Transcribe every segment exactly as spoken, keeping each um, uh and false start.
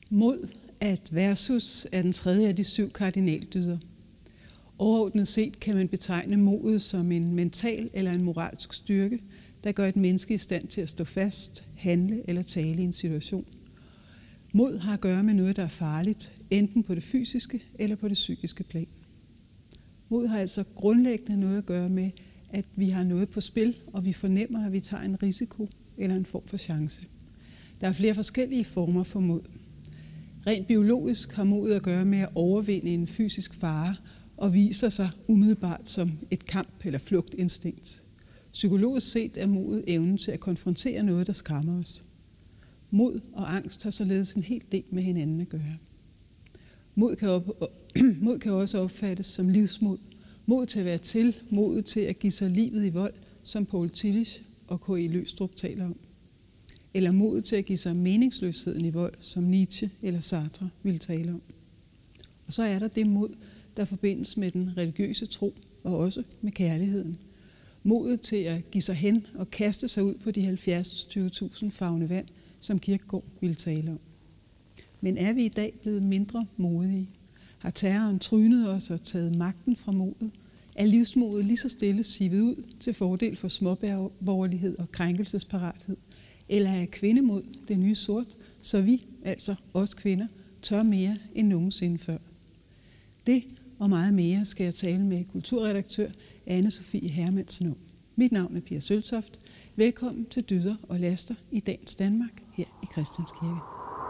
Mod at versus er den tredje af de syv kardinaldyder. Overordnet set kan man betegne modet som en mental eller en moralsk styrke, der gør et menneske i stand til at stå fast, handle eller tale i en situation. Mod har at gøre med noget, der er farligt, enten på det fysiske eller på det psykiske plan. Mod har altså grundlæggende noget at gøre med, at vi har noget på spil, og vi fornemmer, at vi tager en risiko eller en form for chance. Der er flere forskellige former for mod. Rent biologisk har modet at gøre med at overvinde en fysisk fare og viser sig umiddelbart som et kamp- eller flugtinstinkt. Psykologisk set er modet evnen til at konfrontere noget, der skræmmer os. Mod og angst har således en hel del med hinanden at gøre. Mod kan, op- mod kan også opfattes som livsmod. Mod til at være til, mod til at give sig livet i vold, som Paul Tillich og K E Løgstrup taler om. Eller mod til at give sig meningsløsheden i vold, som Nietzsche eller Sartre ville tale om. Og så er der det mod, der forbindes med den religiøse tro og også med kærligheden. Modet til at give sig hen og kaste sig ud på de halvfjerds til tyve tusind favne vand, som Kierkegaard ville tale om. Men er vi i dag blevet mindre modige? Har terroren trynet os og taget magten fra modet? Er livsmodet lige så stille sivet ud til fordel for småborgerlighed og krænkelsesparathed? Eller er kvindemod det nye sort, så vi, altså os kvinder, tør mere end nogensinde før? Det og meget mere skal jeg tale med kulturredaktør Anne-Sophie Hermansen om. Mit navn er Pia Søltoft. Velkommen til Dyder og Laster i dagens Danmark her i Christianskirke.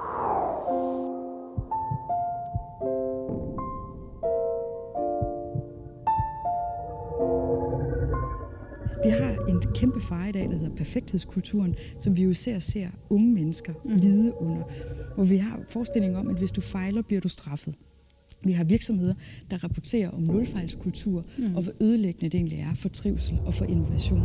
Vi har en kæmpe fare i dag, der hedder perfekthedskulturen, som vi jo ser ser unge mennesker lide under. Hvor vi har forestilling om, at hvis du fejler, bliver du straffet. Vi har virksomheder, der rapporterer om nulfejlskultur, mm. og hvor ødelæggende det egentlig er for trivsel og for innovation.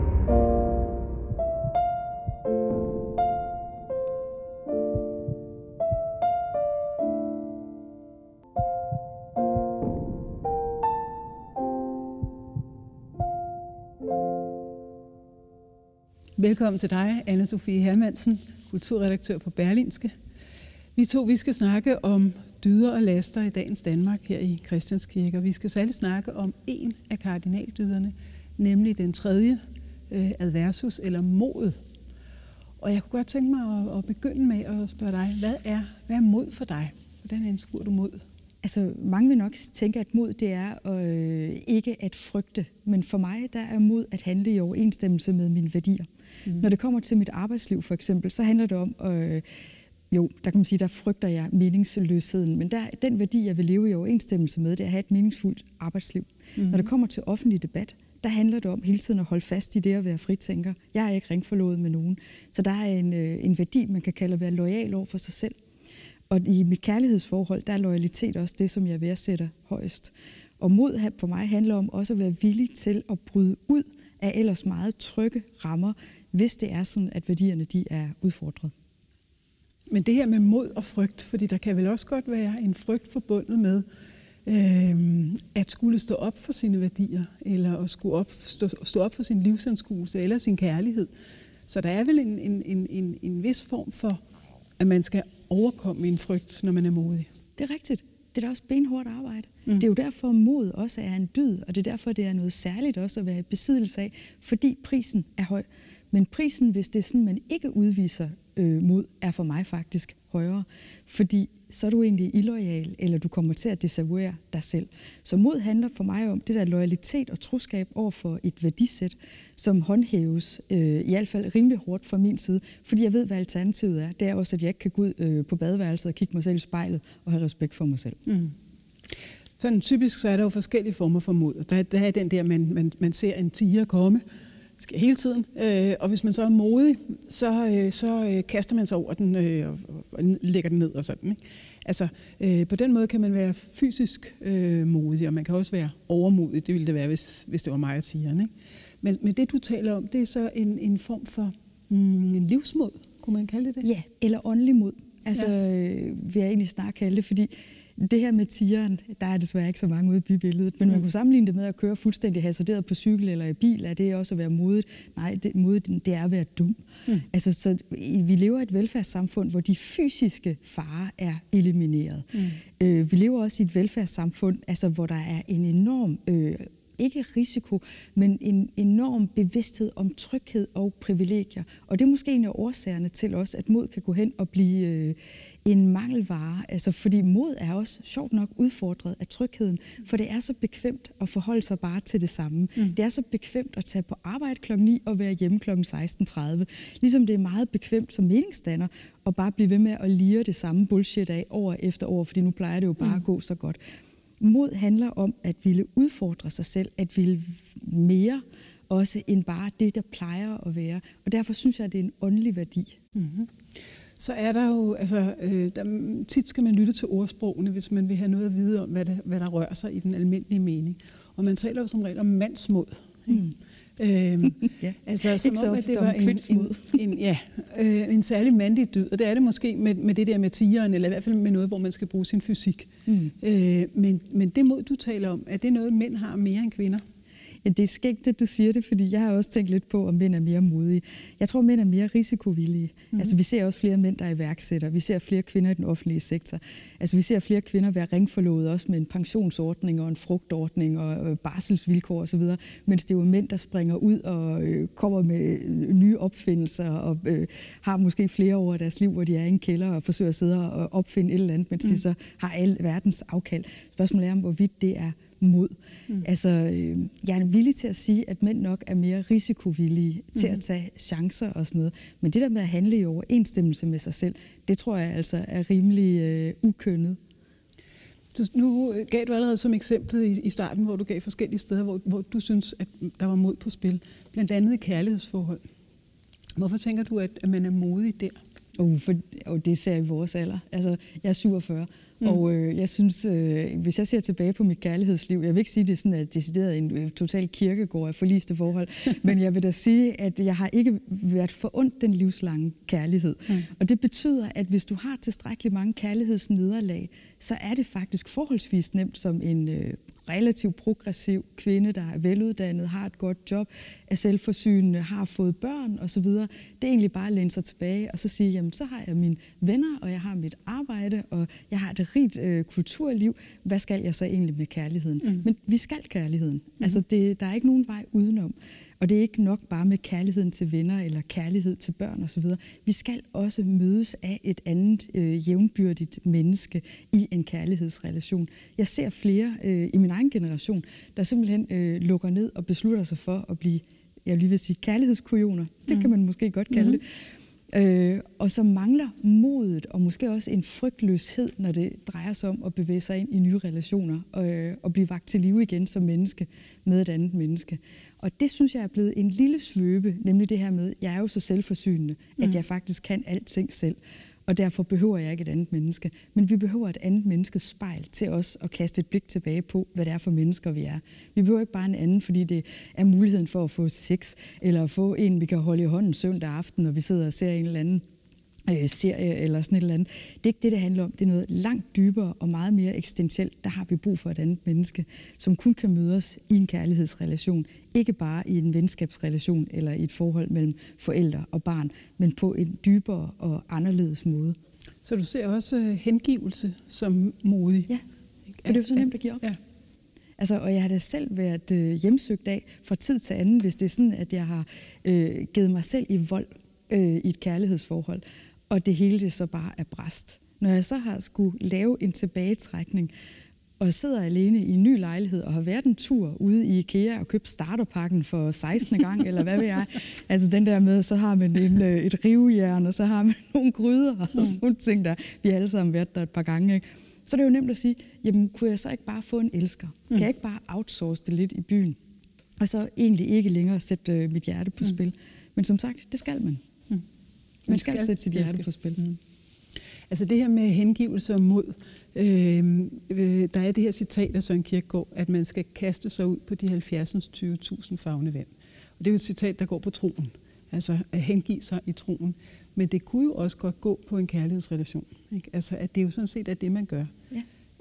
Velkommen til dig, Anne-Sophie Hermansen, kulturredaktør på Berlingske. Vi to vi skal snakke om dyder og laster i dagens Danmark her i Christianskirke, og vi skal særligt snakke om en af kardinaldyderne, nemlig den tredje, øh, adversus eller modet. Og jeg kunne godt tænke mig at, at begynde med at spørge dig, hvad er, hvad er mod for dig? Hvordan anskuer du mod? Altså, mange vil nok tænke, at mod det er øh, ikke at frygte, men for mig der er mod at handle i overensstemmelse med mine værdier. Mm. Når det kommer til mit arbejdsliv for eksempel, så handler det om, øh, jo, der kan man sige, der frygter jeg meningsløsheden, men der, den værdi, jeg vil leve i overensstemmelse med, det er at have et meningsfuldt arbejdsliv. Mm. Når det kommer til offentlig debat, der handler det om hele tiden at holde fast i det at være fritænker. Jeg er ikke ringforlovet med nogen, så der er en, øh, en værdi, man kan kalde at være loyal over for sig selv. Og i mit kærlighedsforhold, der er loyalitet også det, som jeg værdsætter højst. Og mod for mig handler om også at være villig til at bryde ud af ellers meget trygge rammer, hvis det er sådan, at værdierne de er udfordret. Men det her med mod og frygt, fordi der kan vel også godt være en frygt forbundet med øh, at skulle stå op for sine værdier, eller at skulle op, stå, stå op for sin livsanskuelse eller sin kærlighed. Så der er vel en, en, en, en, en vis form for, at man skal overkomme en frygt, når man er modig. Det er rigtigt. Det er da også benhårdt arbejde. Mm. Det er jo derfor, mod også er en dyd, og det er derfor, det er noget særligt også at være i besiddelse af, fordi prisen er høj. Men prisen, hvis det er sådan, man ikke udviser øh, mod, er for mig faktisk højere. Fordi så er du egentlig illoyal, eller du kommer til at desavouere dig selv. Så mod handler for mig om det der loyalitet og troskab over for et værdisæt, som håndhæves, øh, i hvert fald rimelig hårdt fra min side, fordi jeg ved, hvad alternativet er. Det er også, at jeg ikke kan gå ud øh, på badeværelset og kigge mig selv i spejlet og have respekt for mig selv. Mm. Sådan typisk så er der jo forskellige former for mod. Der, der er den der, man, man, man ser en tiger komme, sker hele tiden, øh, og hvis man så er modig, så, øh, så øh, kaster man sig over den øh, og, og lægger den ned og sådan. Ikke? Altså, øh, på den måde kan man være fysisk øh, modig, og man kan også være overmodig. Det ville det være, hvis, hvis det var mig og tigeren. Ikke? Men, men det, du taler om, det er så en, en form for mm, en livsmod, kunne man kalde det det? Ja, eller åndelig mod. Altså, ja. øh, vil jeg egentlig snart kalde det, fordi Det her med tigeren, der er desværre ikke så mange ude i bybilledet, men mm. man kunne sammenligne det med at køre fuldstændig hasarderet på cykel eller i bil. Er det også at være modigt? Nej, det, modigt, det er at være dum. Mm. Altså, så vi lever i et velfærdssamfund, hvor de fysiske farer er elimineret. Mm. Øh, vi lever også i et velfærdssamfund, altså, hvor der er en enorm... Øh, ikke risiko, men en enorm bevidsthed om tryghed og privilegier. Og det er måske en af årsagerne til også, at mod kan gå hen og blive øh, en mangelvare. Altså, fordi mod er også sjovt nok udfordret af trygheden, for det er så bekvemt at forholde sig bare til det samme. Mm. Det er så bekvemt at tage på arbejde klokken ni og være hjemme klokken seksten tredive. Ligesom det er meget bekvemt som meningsdanner at bare blive ved med at lire det samme bullshit af år efter år, fordi nu plejer det jo bare mm. at gå så godt. Mod handler om at ville udfordre sig selv, at ville mere også end bare det, der plejer at være. Og derfor synes jeg, at det er en åndelig værdi. Mm-hmm. Så er der jo, altså, øh, der, tit skal man lytte til ordsprogene, hvis man vil have noget at vide om, hvad, det, hvad der rører sig i den almindelige mening. Og man taler jo som regel om mandsmod. Mm. Øhm, ja. Altså som om, at det var en, en, en, ja, øh, en særlig mandlig dyd, og det er det måske med, med det der med tigeren, eller i hvert fald med noget, hvor man skal bruge sin fysik. Mm. Øh, men, men det mod, du taler om, er det noget, mænd har mere end kvinder? Ja, det er skægt, at du siger det, fordi jeg har også tænkt lidt på, om mænd er mere modige. Jeg tror, mænd er mere risikovillige. Mm. Altså, vi ser også flere mænd, der er iværksætter. Vi ser flere kvinder i den offentlige sektor. Altså, vi ser flere kvinder være ringforlovet, også med en pensionsordning og en frugtordning og øh, barselsvilkår osv., mens det er jo mænd, der springer ud og øh, kommer med øh, nye opfindelser og øh, har måske flere år af deres liv, hvor de er i en kælder og forsøger at sidde og opfinde et eller andet, mens mm. de så har al verdens afkald. Spørgsmålet er, om hvorvidt det er mod. Mm. Altså, øh, jeg er villig til at sige, at mænd nok er mere risikovillige mm. til at tage chancer og sådan noget. Men det der med at handle i overensstemmelse med sig selv, det tror jeg altså er rimelig øh, ukønnet. Så nu gav du allerede som eksempel i, i starten, hvor du gav forskellige steder, hvor, hvor du synes, at der var mod på spil. Blandt andet i kærlighedsforhold. Hvorfor tænker du, at, at man er modig der? Uh, for, og det ser jeg i vores alder. Altså, jeg er syvogfyrre. Mm. Og øh, jeg synes, øh, hvis jeg ser tilbage på mit kærlighedsliv, jeg vil ikke sige, at det er sådan, at decideret en øh, total kirkegård af forliste forhold, men jeg vil da sige, at jeg har ikke været forundt den livslange kærlighed. Mm. Og det betyder, at hvis du har tilstrækkeligt mange kærlighedsnederlag, så er det faktisk forholdsvis nemt som en øh, relativt progressiv kvinde, der er veluddannet, har et godt job, er selvforsynende, har fået børn osv. Det er egentlig bare at læne sig tilbage og så sige, jamen så har jeg mine venner, og jeg har mit arbejde, og jeg har et rigt øh, kulturliv. Hvad skal jeg så egentlig med kærligheden? Mm. Men vi skal kærligheden. Mm. Altså det, der er ikke nogen vej udenom. Og det er ikke nok bare med kærligheden til venner eller kærlighed til børn osv. Vi skal også mødes af et andet øh, jævnbyrdigt menneske i en kærlighedsrelation. Jeg ser flere øh, i min egen generation, der simpelthen øh, lukker ned og beslutter sig for at blive, jeg lige vil sige, kærlighedskujoner. Det mm. kan man måske godt kalde mm-hmm. det. Øh, og som mangler modet og måske også en frygtløshed, når det drejer sig om at bevæge sig ind i nye relationer og, øh, og blive vakt til live igen som menneske med et andet menneske. Og det synes jeg er blevet en lille svøbe, nemlig det her med, jeg er jo så selvforsynende, mm. at jeg faktisk kan alting selv. Og derfor behøver jeg ikke et andet menneske. Men vi behøver et andet menneskes spejl til os at kaste et blik tilbage på, hvad det er for mennesker, vi er. Vi behøver ikke bare en anden, fordi det er muligheden for at få sex, eller at få en, vi kan holde i hånden søndag aften, når vi sidder og ser en eller anden øh, serie, eller sådan et eller andet. Det er ikke det, det handler om. Det er noget langt dybere og meget mere eksistentielt. Der har vi brug for et andet menneske, som kun kan møde os i en kærlighedsrelation. Ikke bare i en venskabsrelation eller i et forhold mellem forældre og barn, men på en dybere og anderledes måde. Så du ser også hengivelse som modig? Ja, for det er jo så nemt at give op. Ja. Altså, og jeg har da selv været øh, hjemsøgt af fra tid til anden, hvis det er sådan, at jeg har øh, givet mig selv i vold øh, i et kærlighedsforhold, og det hele det så bare er brast. Når jeg så har skulle lave en tilbagetrækning, og sidder alene i en ny lejlighed og har været en tur ude i IKEA og købt starterpakken for sekstende gang, eller hvad ved jeg. Altså den der med, så har man en, et rivejern, og så har man nogle gryder og sådan nogle ting, der vi alle sammen været der et par gange. Ikke? Så det er jo nemt at sige, jamen kunne jeg så ikke bare få en elsker? Kan jeg ikke bare outsource det lidt i byen? Og så egentlig ikke længere sætte mit hjerte på spil. Men som sagt, det skal man. Man, man skal, skal sætte sit hjerte på spil. Mm. Altså det her med hengivelse og mod, øh, øh, der er det her citat af Søren Kierkegaard, at man skal kaste sig ud på de halvfjerds tyve tusind favne vand. Og det er jo et citat, der går på troen, altså at hengive sig i troen. Men det kunne jo også godt gå på en kærlighedsrelation. Ikke? Altså at det er jo sådan set er det, man gør. Ja.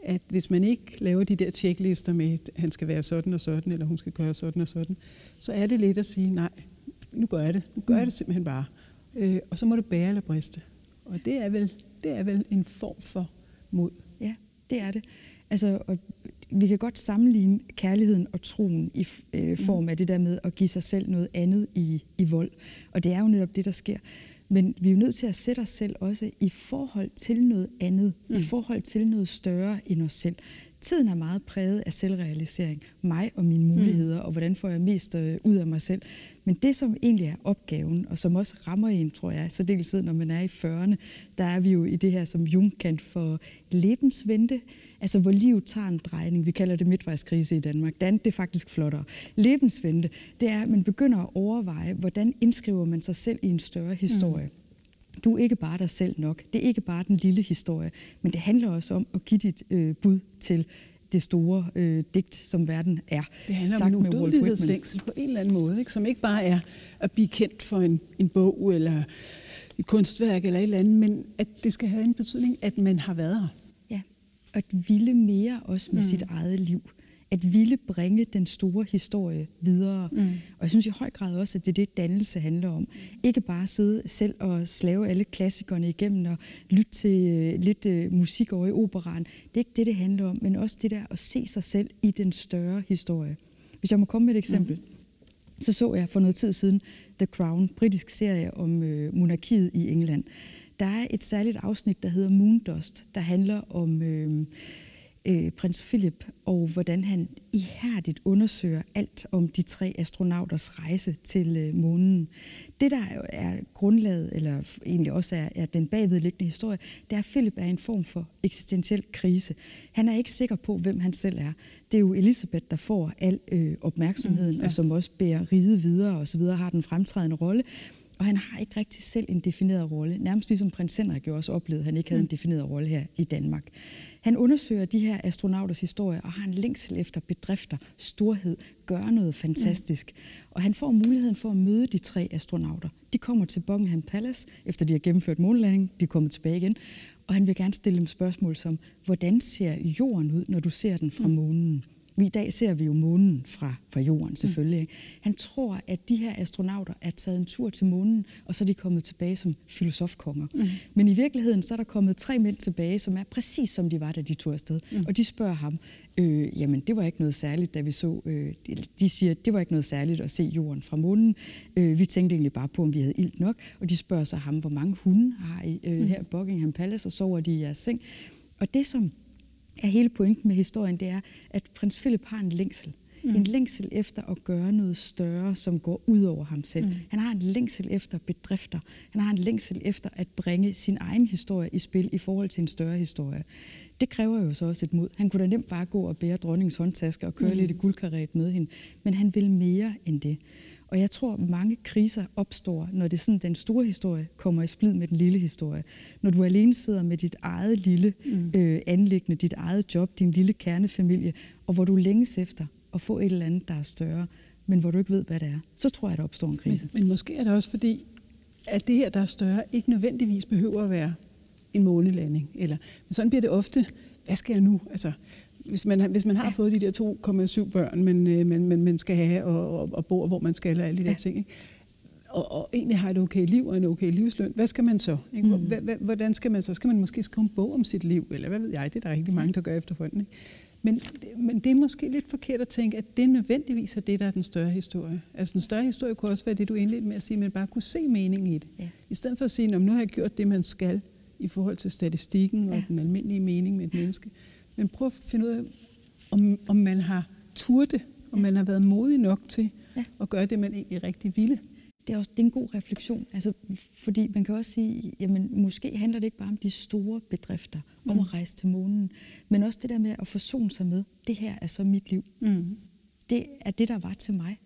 at hvis man ikke laver de der checklister med, at han skal være sådan og sådan, eller hun skal gøre sådan og sådan, så er det let at sige, nej, nu gør jeg det. Nu gør jeg det simpelthen bare. Øh, og så må det bære eller briste. Og det er vel, det er vel en form for mod. Ja, det er det. Altså, og vi kan godt sammenligne kærligheden og troen i øh, form af det der med at give sig selv noget andet i, i vold. Og det er jo netop det, der sker. Men vi er jo nødt til at sætte os selv også i forhold til noget andet, mm. i forhold til noget større end os selv. Tiden er meget præget af selvrealisering, mig og mine muligheder, mm. og hvordan får jeg mest øh, ud af mig selv. Men det, som egentlig er opgaven, og som også rammer en, tror jeg, så deltid, når man er i fyrrerne, der er vi jo i det her, som Jung kaldte for Lebenswende, altså hvor livet tager en drejning. Vi kalder det midtvejskrise i Danmark. Det er faktisk flottere. Lebenswende, det er, at man begynder at overveje, hvordan indskriver man sig selv i en større historie. Mm. Du er ikke bare dig selv nok. Det er ikke bare den lille historie, men det handler også om at give dit øh, bud til det store øh, digt, som verden er. Det handler om en udødelighedslængsel på en eller anden måde, ikke? Som ikke bare er at blive kendt for en, en bog eller et kunstværk eller et eller andet, men at det skal have en betydning, at man har været her. Ja, og at ville mere også med mm. sit eget liv. At ville bringe den store historie videre. Mm. Og jeg synes i høj grad også, at det er det, dannelse handler om. Ikke bare sidde selv og slave alle klassikerne igennem og lytte til uh, lidt uh, musik over i operaen. Det er ikke det, det handler om, men også det der at se sig selv i den større historie. Hvis jeg må komme med et eksempel, mm. så så jeg for noget tid siden The Crown, britisk serie om uh, monarkiet i England. Der er et særligt afsnit, der hedder Moondust, der handler om Øh, Øh, prins Philip, og hvordan han ihærdigt undersøger alt om de tre astronauters rejse til øh, månen. Det, der er grundlaget, eller egentlig også er, er den bagvedliggende historie, det er, at Philip er i en form for eksistentiel krise. Han er ikke sikker på, hvem han selv er. Det er jo Elisabeth, der får al øh, opmærksomheden, mm, ja. og som også bærer riget videre og så videre, har den fremtrædende rolle. Og han har ikke rigtig selv en defineret rolle. Nærmest ligesom prins Henrik jo også oplevede, at han ikke havde en defineret rolle her i Danmark. Han undersøger de her astronauters historie og har en længsel efter bedrifter, storhed, gøre noget fantastisk. Mm. Og han får muligheden for at møde de tre astronauter. De kommer til Buckingham Palace, efter de har gennemført månelanding. De er kommet tilbage igen. Og han vil gerne stille dem spørgsmål som, hvordan ser jorden ud, når du ser den fra månen? I dag ser vi jo månen fra, fra jorden, selvfølgelig. Ikke? Han tror, at de her astronauter er taget en tur til månen, og så er de kommet tilbage som filosofkonger. Mm. Men i virkeligheden, så er der kommet tre mænd tilbage, som er præcis som de var, da de tog afsted. Mm. Og de spørger ham, øh, jamen det var ikke noget særligt, da vi så, øh, de siger, det var ikke noget særligt at se jorden fra månen. Øh, vi tænkte egentlig bare på, om vi havde ilt nok. Og de spørger så ham, hvor mange hunde har I øh, her i Buckingham Palace, og sover de i jeres seng? Og det som er hele pointen med historien, det er, at prins Philip har en længsel. Mm. En længsel efter at gøre noget større, som går ud over ham selv. Mm. Han har en længsel efter bedrifter. Han har en længsel efter at bringe sin egen historie i spil i forhold til en større historie. Det kræver jo så også et mod. Han kunne da nemt bare gå og bære dronningens håndtaske og køre mm. lidt i guldkaret med hende. Men han vil mere end det. Og jeg tror, mange kriser opstår, når det sådan, den store historie kommer i splid med den lille historie. Når du alene sidder med dit eget lille mm. øh, anliggende, dit eget job, din lille kernefamilie, og hvor du længes efter at få et eller andet, der er større, men hvor du ikke ved, hvad det er, så tror jeg, der opstår en krise. Men, men måske er det også fordi, at det her, der er større, ikke nødvendigvis behøver at være en månelanding. Eller, men sådan bliver det ofte, hvad skal jeg nu? Altså, Hvis man, hvis man har ja. fået de der to komma syv børn, men man, man, man skal have og, og, og bor, hvor man skal, og alle de der ja. ting, ikke? Og, og egentlig har et okay liv og en okay livsløn, hvad skal man så? Ikke? Mm. Hvordan skal man så? Skal man måske skrive en bog om sit liv? Eller hvad ved jeg? Det er der rigtig mange, der gør efterhånden. Ikke? Men, men det er måske lidt forkert at tænke, at det nødvendigvis er det, der er den større historie. Altså den større historie kunne også være det, du indledte med at sige, at man bare kunne se mening i det. Ja. I stedet for at sige, at nu har jeg gjort det, man skal i forhold til statistikken og ja. den almindelige mening med et menneske. Men prøv at finde ud af, om, om man har turt det, om ja. man har været modig nok til ja. at gøre det, man egentlig rigtig ville. Det er også det er en god refleksion, altså, fordi man kan også sige, jamen måske handler det ikke bare om de store bedrifter, mm. om at rejse til månen, men også det der med at forsone sig med, det her er så mit liv. Mm. Det er det, der var til mig.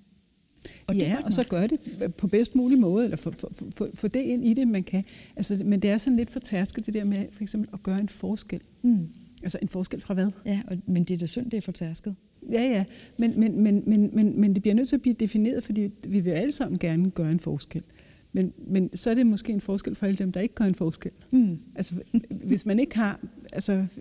Og ja, og så gør det på bedst mulig måde, eller få for, for, for det ind i det, man kan. Altså, men det er sådan lidt fortærsket, det der med for eksempel at gøre en forskel. Mm. Altså en forskel fra hvad? Ja, og, men det er da synd, det er fortærsket. Ja, ja, men, men, men, men, men, men det bliver nødt til at blive defineret, fordi vi vil alle sammen gerne gøre en forskel. Men, men så er det måske en forskel for alle dem, der ikke gør en forskel. Mm. Altså, hvis man ikke har, altså,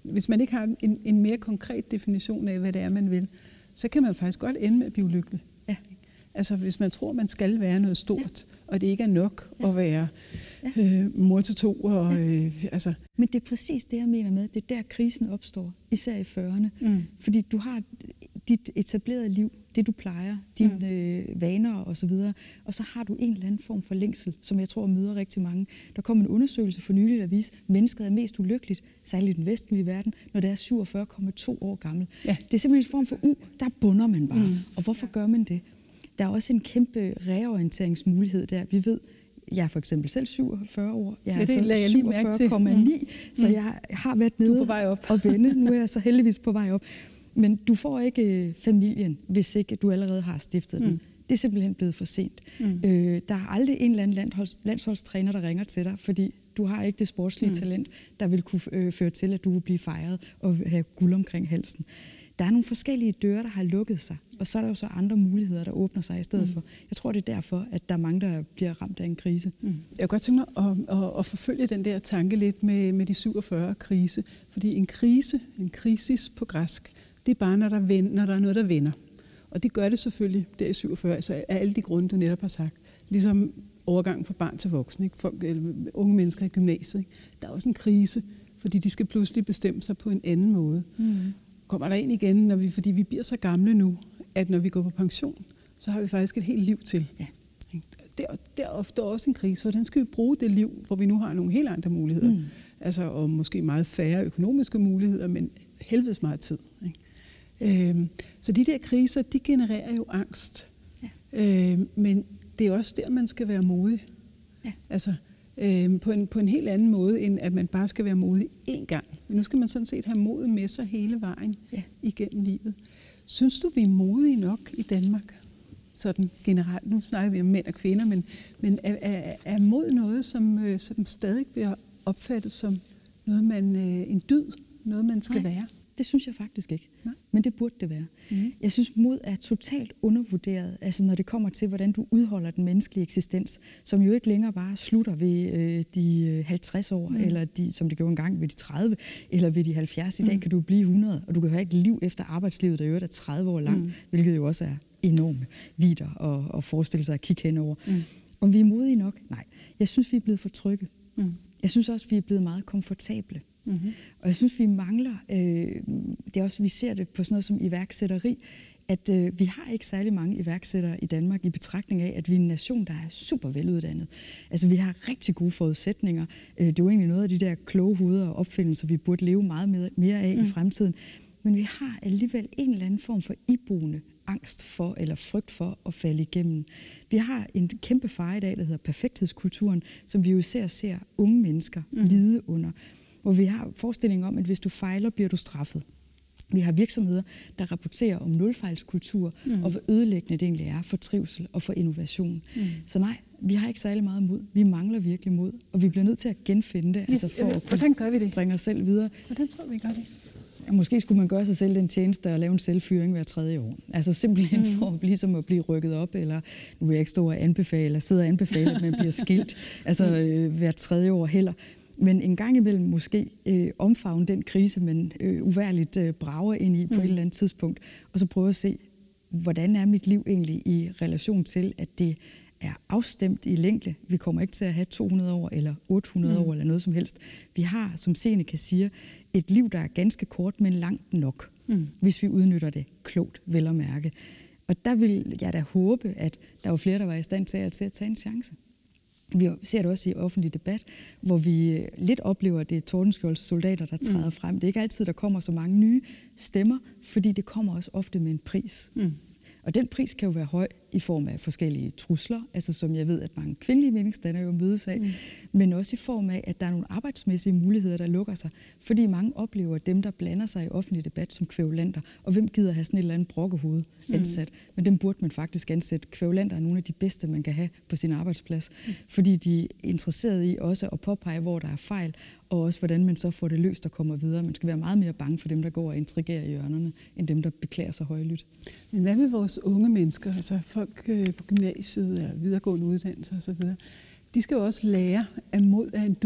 hvis man ikke har en, en mere konkret definition af, hvad det er, man vil, så kan man faktisk godt ende med at blive lykkelig. Ja. Altså hvis man tror, man skal være noget stort, ja. og det ikke er nok ja. at være ja. øh, mor til to. Og, ja. øh, altså. Men det er præcis det, jeg mener med, det er der krisen opstår, især i fyrrerne. Mm. Fordi du har dit etablerede liv, det du plejer, dine mm. øh, vaner og så videre, og så har du en eller anden form for længsel, som jeg tror møder rigtig mange. Der kom en undersøgelse for nylig, der viste, at mennesket er mest ulykkeligt, særligt i den vestlige verden, når det er syvogfyrre komma to år gammel. Ja. Det er simpelthen en form for u, der bunder man bare. Mm. Og hvorfor gør man det? Der er også en kæmpe reorienteringsmulighed der. Vi ved, jeg er for eksempel selv syvogfyrre år. Jeg er ja, syvogfyrre komma ni, mm. så jeg har været nede på vej op. og vende. Nu er jeg så heldigvis på vej op. Men du får ikke øh, familien, hvis ikke du allerede har stiftet mm. den. Det er simpelthen blevet for sent. Mm. Øh, der er aldrig en eller anden landholds, landsholdstræner, der ringer til dig, fordi du har ikke det sportslige mm. talent, der vil kunne øh, føre til, at du vil blive fejret og have guld omkring halsen. Der er nogle forskellige døre, der har lukket sig, og så er der jo så andre muligheder, der åbner sig i stedet mm. for. Jeg tror, det er derfor, at der er mange, der bliver ramt af en krise. Mm. Jeg kunne godt tænke mig at, at, at forfølge den der tanke lidt med, med de syvogfyrre krise. Fordi en krise, en krisis på græsk, det er bare, når der, vend, når der er noget, der vender. Og det gør det selvfølgelig der i syvogfyrre, altså af alle de grunde, du netop har sagt. Ligesom overgangen fra barn til voksen, ikke? Folk, eller unge mennesker i gymnasiet. Ikke? Der er også en krise, fordi de skal pludselig bestemme sig på en anden måde. Mm. Kommer der ind igen, når vi, fordi vi bliver så gamle nu, at når vi går på pension, så har vi faktisk et helt liv til. Ja. Det, er, det er ofte også en krise, hvordan skal vi bruge det liv, hvor vi nu har nogle helt andre muligheder. Mm. Altså, og måske meget færre økonomiske muligheder, men helvedes meget tid. Ikke? Øhm, så de der kriser, de genererer jo angst. Ja. Øhm, men det er også der, man skal være modig. Ja. Altså, øhm, på, en, på en helt anden måde, end at man bare skal være modig én gang. Men nu skal man sådan set have modet med sig hele vejen ja. igennem livet. Synes du, vi er modige nok i Danmark? Sådan generelt. Nu snakker vi om mænd og kvinder, men, men er, er, er mod noget, som, som stadig bliver opfattet som noget, man, en dyd, noget, man skal Nej. være? Det synes jeg faktisk ikke. Nej. Men det burde det være. Mm. Jeg synes, mod er totalt undervurderet, altså når det kommer til, hvordan du udholder den menneskelige eksistens, som jo ikke længere bare slutter ved øh, de halvtreds år, mm. eller de, som det gjorde engang ved de tredive, eller ved de halvfjerds. I dag mm. kan du blive hundrede, og du kan have et liv efter arbejdslivet, der jo er tredive år langt, mm. hvilket jo også er enorme vidder og, og forestille sig at kigge henover. Mm. Om vi er modige nok? Nej. Jeg synes, vi er blevet for trygge. Mm. Jeg synes også, vi er blevet meget komfortable. Mm-hmm. Og jeg synes, vi mangler, øh, det er også, vi ser det på sådan noget som iværksætteri, at øh, vi har ikke særlig mange iværksættere i Danmark i betragtning af, at vi er en nation, der er super veluddannet. Altså, vi har rigtig gode forudsætninger. Øh, det er jo egentlig noget af de der kloge hoveder og opfindelser, vi burde leve meget mere, mere af mm. i fremtiden. Men vi har alligevel en eller anden form for iboende angst for eller frygt for at falde igennem. Vi har en kæmpe fare i dag, der hedder perfekthedskulturen, som vi jo især ser unge mennesker mm. lide under. Hvor vi har forestilling om, at hvis du fejler, bliver du straffet. Vi har virksomheder, der rapporterer om nulfejlskultur, mm. og hvor ødelæggende det egentlig er for trivsel og for innovation. Mm. Så nej, vi har ikke særlig meget mod. Vi mangler virkelig mod, og vi bliver nødt til at genfinde det, altså for at Hvordan gør vi det? bringe os selv videre. Hvordan tror vi gør det? Ja, måske skulle man gøre sig selv den tjeneste og lave en selvfyring hver tredje år. Altså simpelthen mm. for ligesom at blive rykket op, eller nu vil jeg ikke stå og anbefale, eller sidde og anbefale, at man bliver skilt, altså øh, hver tredje år heller. Men en gang imellem måske øh, omfavne den krise, man øh, uværligt øh, brager ind i på mm. et eller andet tidspunkt, og så prøve at se, hvordan er mit liv egentlig i relation til, at det er afstemt i længde. Vi kommer ikke til at have to hundrede år eller otte hundrede mm. år eller noget som helst. Vi har, som Seneca siger, et liv, der er ganske kort, men langt nok, mm. hvis vi udnytter det klogt, vel at mærke. Og der vil jeg da håbe, at der var flere, der var i stand til at, til at tage en chance. Vi ser det også i offentlig debat, hvor vi lidt oplever, at det er Tordenskjolds soldater, der træder mm. frem. Det er ikke altid, der kommer så mange nye stemmer, fordi det kommer også ofte med en pris. Mm. Og den pris kan jo være høj i form af forskellige trusler, altså som jeg ved, at mange kvindelige meningsdannere jo mødes af, mm. men også i form af, at der er nogle arbejdsmæssige muligheder, der lukker sig, fordi mange oplever dem, der blander sig i offentlig debat som kvævulanter, og hvem gider have sådan et eller andet brokkehoved ansat, mm. men dem burde man faktisk ansætte. Kvævulanter er nogle af de bedste, man kan have på sin arbejdsplads, mm. fordi de er interesserede i også at påpege, hvor der er fejl, og også hvordan man så får det løst og kommer videre. Man skal være meget mere bange for dem, der går og intrigerer i hjørnerne, end dem, der beklager sig højlydt. Men hvad med vores unge mennesker, altså folk på gymnasiet og videregående uddannelser osv., de skal jo også lære, at mod er en dyd.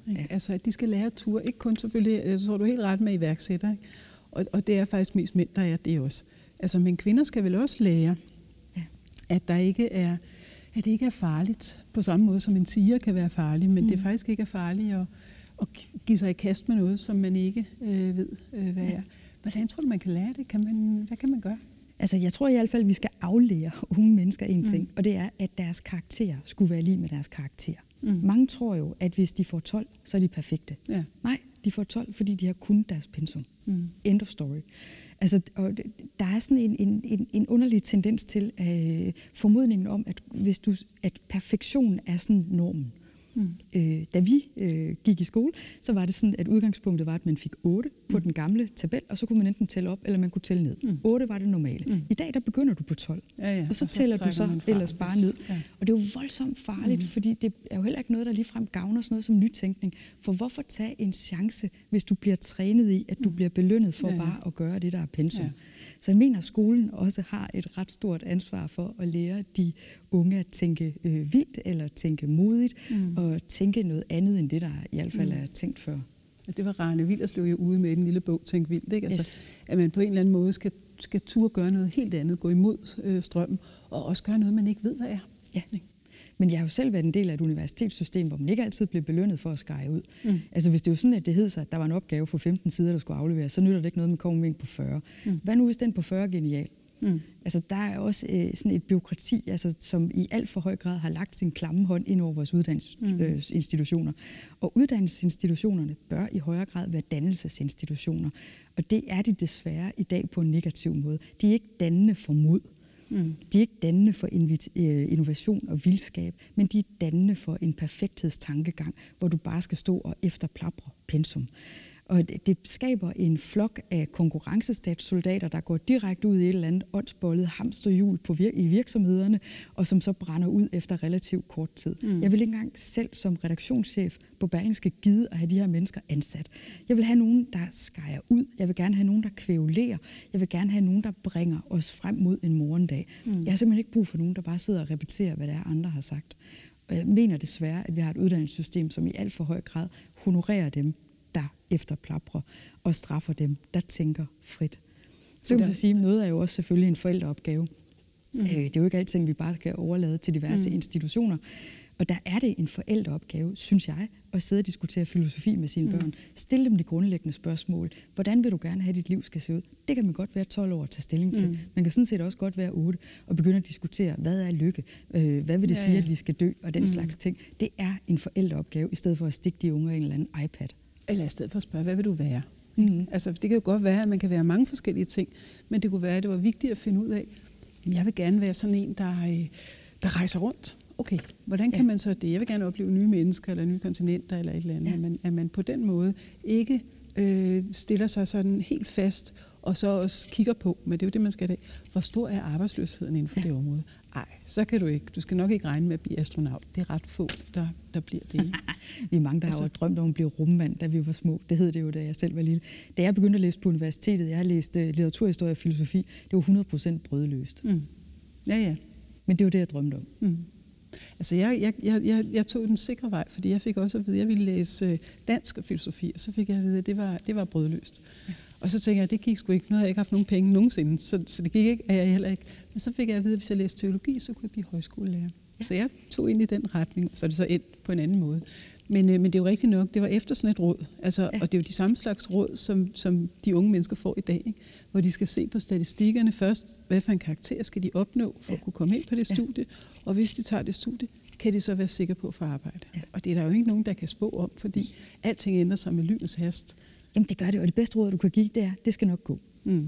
Ikke? Ja. Altså, at de skal lære at ture. Ikke kun selvfølgelig, så tror du helt ret med iværksætter. Ikke? Og, og det er faktisk mest mænd, der er det også. Altså, men kvinder skal vel også lære, Ja. at der ikke er, at det ikke er farligt. På samme måde som en tiger kan være farlig, men mm. det faktisk ikke er farligt at, at give sig i kast med noget, som man ikke øh, ved, øh, hvad er. Hvordan tror du, man kan lære det? Kan man, hvad kan man gøre? Altså, jeg tror i hvert fald, at vi skal aflære unge mennesker en ting, Mm. og det er, at deres karakterer skulle være lige med deres karakter. Mm. Mange tror jo, at hvis de får tolv, så er de perfekte. Ja. Nej, de får tolv, fordi de har kun deres pensum. Mm. End of story. Altså, og der er sådan en, en, en, en underlig tendens til øh, formodningen om, at, hvis du, at perfektion er sådan normen. Mm. Øh, da vi øh, gik i skole, så var det sådan, at udgangspunktet var, at man fik otte på mm. den gamle tabel, og så kunne man enten tælle op, eller man kunne tælle ned. Mm. otte var det normale. Mm. I dag, der begynder du på tolv, ja, ja. og så, og så tæller du så ellers bare ned. Ja. Og det er jo voldsomt farligt, mm. fordi det er jo heller ikke noget, der ligefrem gavner sådan noget som nytænkning. For hvorfor tage en chance, hvis du bliver trænet i, at du bliver belønnet for ja, ja. bare at gøre det, der er pensum? Ja. Så jeg mener, at skolen også har et ret stort ansvar for at lære de unge at tænke øh, vildt, eller tænke modigt, mm. og tænke noget andet end det, der i hvert fald er tænkt før. Det var Rane Willerslev jo ude med den lille bog, Tænk vildt, ikke? Altså, Yes. at man på en eller anden måde skal, skal turde gøre noget helt andet, gå imod øh, strømmen, og også gøre noget, man ikke ved, hvad er. Ja. Men jeg har jo selv været en del af et universitetssystem, hvor man ikke altid blev belønnet for at skære ud. Mm. Altså hvis det var sådan, at det hed sig, at der var en opgave på femten sider, der skulle afleveres, så nytter det ikke noget, man kommer med en på fyrre. Mm. Hvad nu, hvis den på fyrre er genial? Mm. Altså, der er også øh, sådan et bureaukrati, altså, som i alt for høj grad har lagt sin klamme hånd ind over vores uddannelsesinstitutioner. Mm. Og uddannelsesinstitutionerne bør i højere grad være dannelsesinstitutioner. Og det er de desværre i dag på en negativ måde. De er ikke dannende for mod. Mm. De er ikke dannende for innovation og vildskab, men de er dannende for en perfekthedstankegang, hvor du bare skal stå og efterplapre pensum. Og det skaber en flok af konkurrencestatssoldater, der går direkte ud i et eller andet åndsbollet hamsterhjul på vir- i virksomhederne, og som så brænder ud efter relativt kort tid. Mm. Jeg vil ikke engang selv som redaktionschef på Berlingske gide at have de her mennesker ansat. Jeg vil have nogen, der skærer ud. Jeg vil gerne have nogen, der kvævlerer. Jeg vil gerne have nogen, der bringer os frem mod en morgendag. Mm. Jeg har simpelthen ikke brug for nogen, der bare sidder og repeterer, hvad det er, andre har sagt. Og jeg mener desværre, at vi har et uddannelsessystem, som i alt for høj grad honorerer dem, der efterplaprer, og straffer dem, der tænker frit. Så kan man så sige, at noget er jo også selvfølgelig en forældreopgave. Mm. Øh, det er jo ikke alting, vi bare skal overlade til diverse mm. institutioner. Og der er det en forældreopgave, synes jeg, at sidde og diskutere filosofi med sine mm. børn. Stille dem de grundlæggende spørgsmål. Hvordan vil du gerne have, at dit liv skal se ud? Det kan man godt være tolv år at tage stilling til. Mm. Man kan sådan set også godt være otte og begynde at diskutere, hvad er lykke? Øh, hvad vil det ja, sige, ja. at vi skal dø? Og den mm. slags ting. Det er en forældreopgave, i stedet for at stikke de unge i en eller anden iPad. Eller i stedet for at spørge, hvad vil du være? Mm. Altså, det kan jo godt være, at man kan være mange forskellige ting, men det kunne være, at det var vigtigt at finde ud af, at jeg vil gerne være sådan en, der, der rejser rundt. Okay, hvordan kan ja. man så det? Jeg vil gerne opleve nye mennesker, eller nye kontinenter, eller et eller andet. Ja. At, man, at man på den måde ikke øh, stiller sig sådan helt fast, og så også kigger på, men det er jo det, man skal have. Hvor stor er arbejdsløsheden inden for ja. det område? Ej, så kan du ikke. Du skal nok ikke regne med at blive astronaut. Det er ret få, der, der bliver det. Vi er mange, der altså, har drømt om at blive rummand, da vi var små. Det hed det jo, da jeg selv var lille. Da jeg begyndte at læse på universitetet, jeg har læst uh, litteraturhistorie og filosofi, det var hundrede procent brødløst. Mm. Ja, ja. Men det var det, jeg drømte om. Mm. Altså, jeg, jeg, jeg, jeg tog den sikre vej, fordi jeg fik også at vide, at jeg ville læse dansk og filosofi, og så fik jeg at vide, at det var, det var brødløst. Ja. Og så tænkte jeg, at det gik sgu ikke. Nu havde jeg ikke haft nogen penge nogensinde, så, så det gik ikke, at jeg heller ikke. Men så fik jeg at vide, at hvis jeg læste teologi, så kunne jeg blive højskolelærer. Ja. Så jeg tog ind i den retning, så er det så endt på en anden måde. Men, øh, men det er jo rigtigt nok, det var efter sådan et råd, altså, ja. og det er jo de samme slags råd, som, som de unge mennesker får i dag, ikke? Hvor de skal se på statistikkerne først, hvad for en karakter skal de opnå for ja. at kunne komme ind på det studie, ja. og hvis de tager det studie, kan de så være sikre på at få arbejde. Ja. Og det er der jo ikke nogen, der kan spå om, fordi alting ændrer sig med lynets hast. Jamen det gør det, og det bedste råd, du kan give, det er, det skal nok gå. Mm.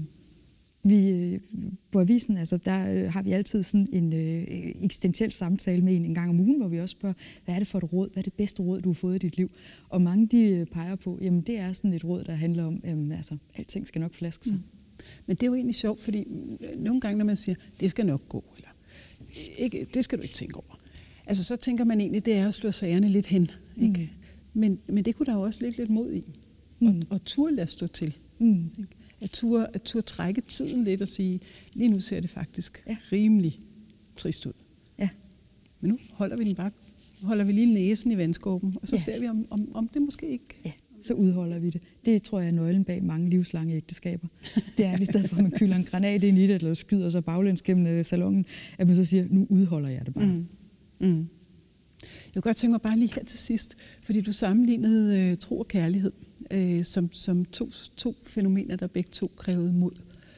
Vi, på avisen, altså, der har vi altid sådan en øh, eksistentiel samtale med en en gang om ugen, hvor vi også spørger, hvad er det for et råd? Hvad er det bedste råd, du har fået i dit liv? Og mange de peger på, jamen det er sådan et råd, der handler om, jamen, altså, alting skal nok flaske sig. Mm. Men det er jo egentlig sjovt, fordi nogle gange, når man siger, det skal nok gå, eller ikke, det skal du ikke tænke over. Altså så tænker man egentlig, det er at slå sagerne lidt hen. Ikke? Mm. Men, men det kunne der jo også ligge lidt mod i. Mm. Og, og turde lade stå til. Mm. At turde, at turde trække tiden lidt og sige, lige nu ser det faktisk ja. rimelig trist ud. Ja. Men nu holder vi den bare holder vi lige næsen i vandskorben, og så Ja. ser vi, om, om, om det måske ikke... Ja, så udholder vi det. Det tror jeg er nøglen bag mange livslange ægteskaber. Det er, at i stedet for, at man kylder en granat ind i det, eller skyder sig baglæns gennem salongen, at man så siger, nu udholder jeg det bare. Mm. Mm. Jeg kunne godt tænke mig bare lige her til sidst, fordi du sammenlignede øh, tro og kærlighed øh, som, som to, to fænomener, der begge to krævede mod.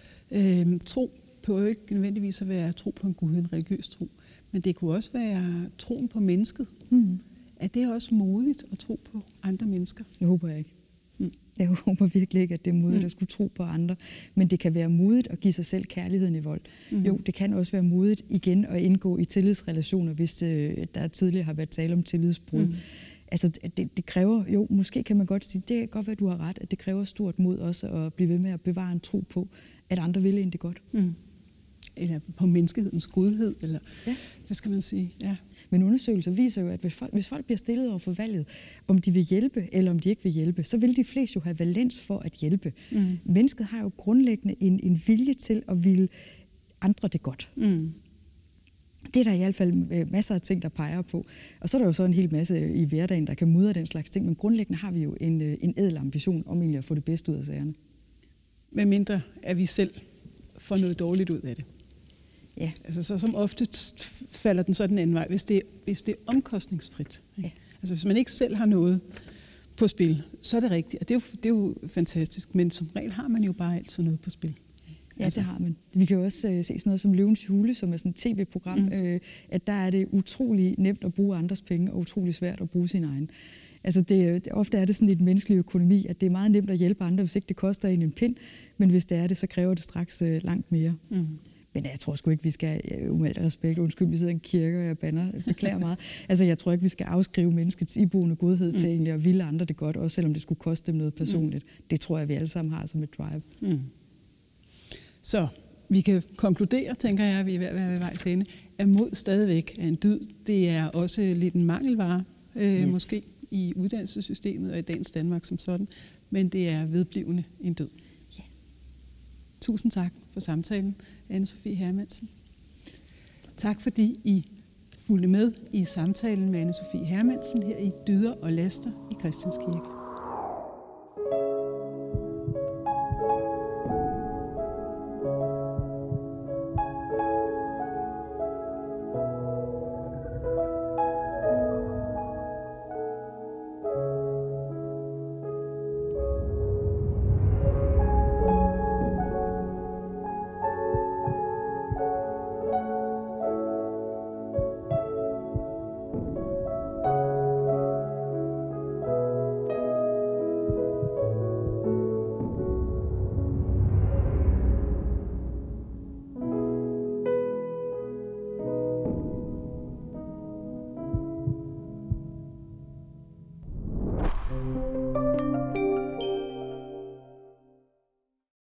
Øh, tro behøver jo ikke nødvendigvis at være tro på en gud, en religiøs tro, men det kunne også være troen på mennesket. Mm. Er det også modigt at tro på andre mennesker? Jeg håber jeg ikke. Mm. Jeg håber virkelig ikke, at det er modigt Mm. at skulle tro på andre. Men det kan være modigt at give sig selv kærligheden i vold. Mm. Jo, det kan også være modigt igen at indgå i tillidsrelationer, hvis øh, der tidligere har været tale om tillidsbrud. Mm. Altså, det, det kræver, jo, måske kan man godt sige, det kan godt være, at du har ret, at det kræver stort mod også at blive ved med at bevare en tro på, at andre vil egentlig godt. Mm. Eller på menneskehedens godhed, eller Ja. hvad skal man sige? Ja. Men undersøgelser viser jo, at hvis folk, hvis folk bliver stillet over for valget, om de vil hjælpe, eller om de ikke vil hjælpe, så vil de fleste jo have valens for at hjælpe. Mm. Mennesket har jo grundlæggende en, en vilje til at ville andre det godt. Mm. Det er der i hvert fald masser af ting, der peger på. Og så er der jo så en hel masse i hverdagen, der kan mudre den slags ting, men grundlæggende har vi jo en, en ædel ambition om egentlig at få det bedste ud af sagerne. Med mindre, at vi selv får noget dårligt ud af det. Ja. Altså, så som ofte falder den så den anden vej, hvis det, hvis det er omkostningsfrit. Ja. Altså, hvis man ikke selv har noget på spil, så er det rigtigt. Og det er, jo, det er jo fantastisk, men som regel har man jo bare altid noget på spil. Ja, Altså. det har man. Vi kan jo også øh, se sådan noget som Løvens Hule, som er sådan et tv-program, mm. øh, at der er det utrolig nemt at bruge andres penge, og utrolig svært at bruge sin egen. Altså det, det, ofte er det sådan i den menneskelige økonomi, at det er meget nemt at hjælpe andre, hvis ikke det koster en en pind, men hvis det er det, så kræver det straks øh, langt mere. Mm. Men jeg tror sgu ikke, vi skal, um alt respekt, undskyld, vi sidder i en kirke, og jeg bander, beklager meget. Altså jeg tror ikke, vi skal afskrive menneskets iboende godhed mm. til egentlig at ville andre det godt, også selvom det skulle koste dem noget personligt. Mm. Det tror jeg, vi alle sammen har som et drive. Mm. Så vi kan konkludere, tænker jeg, at vi er ved at være ved vej til ende, at mod stadigvæk er en dyd. Det er også lidt en mangelvare, øh, yes. måske i uddannelsessystemet og i dagens Danmark som sådan, men det er vedblivende en dyd. Ja. Tusind tak for samtalen, Anne-Sophie Hermansen. Tak fordi I fulgte med i samtalen med Anne-Sophie Hermansen her i Dyder og Laster i Christians Kirke.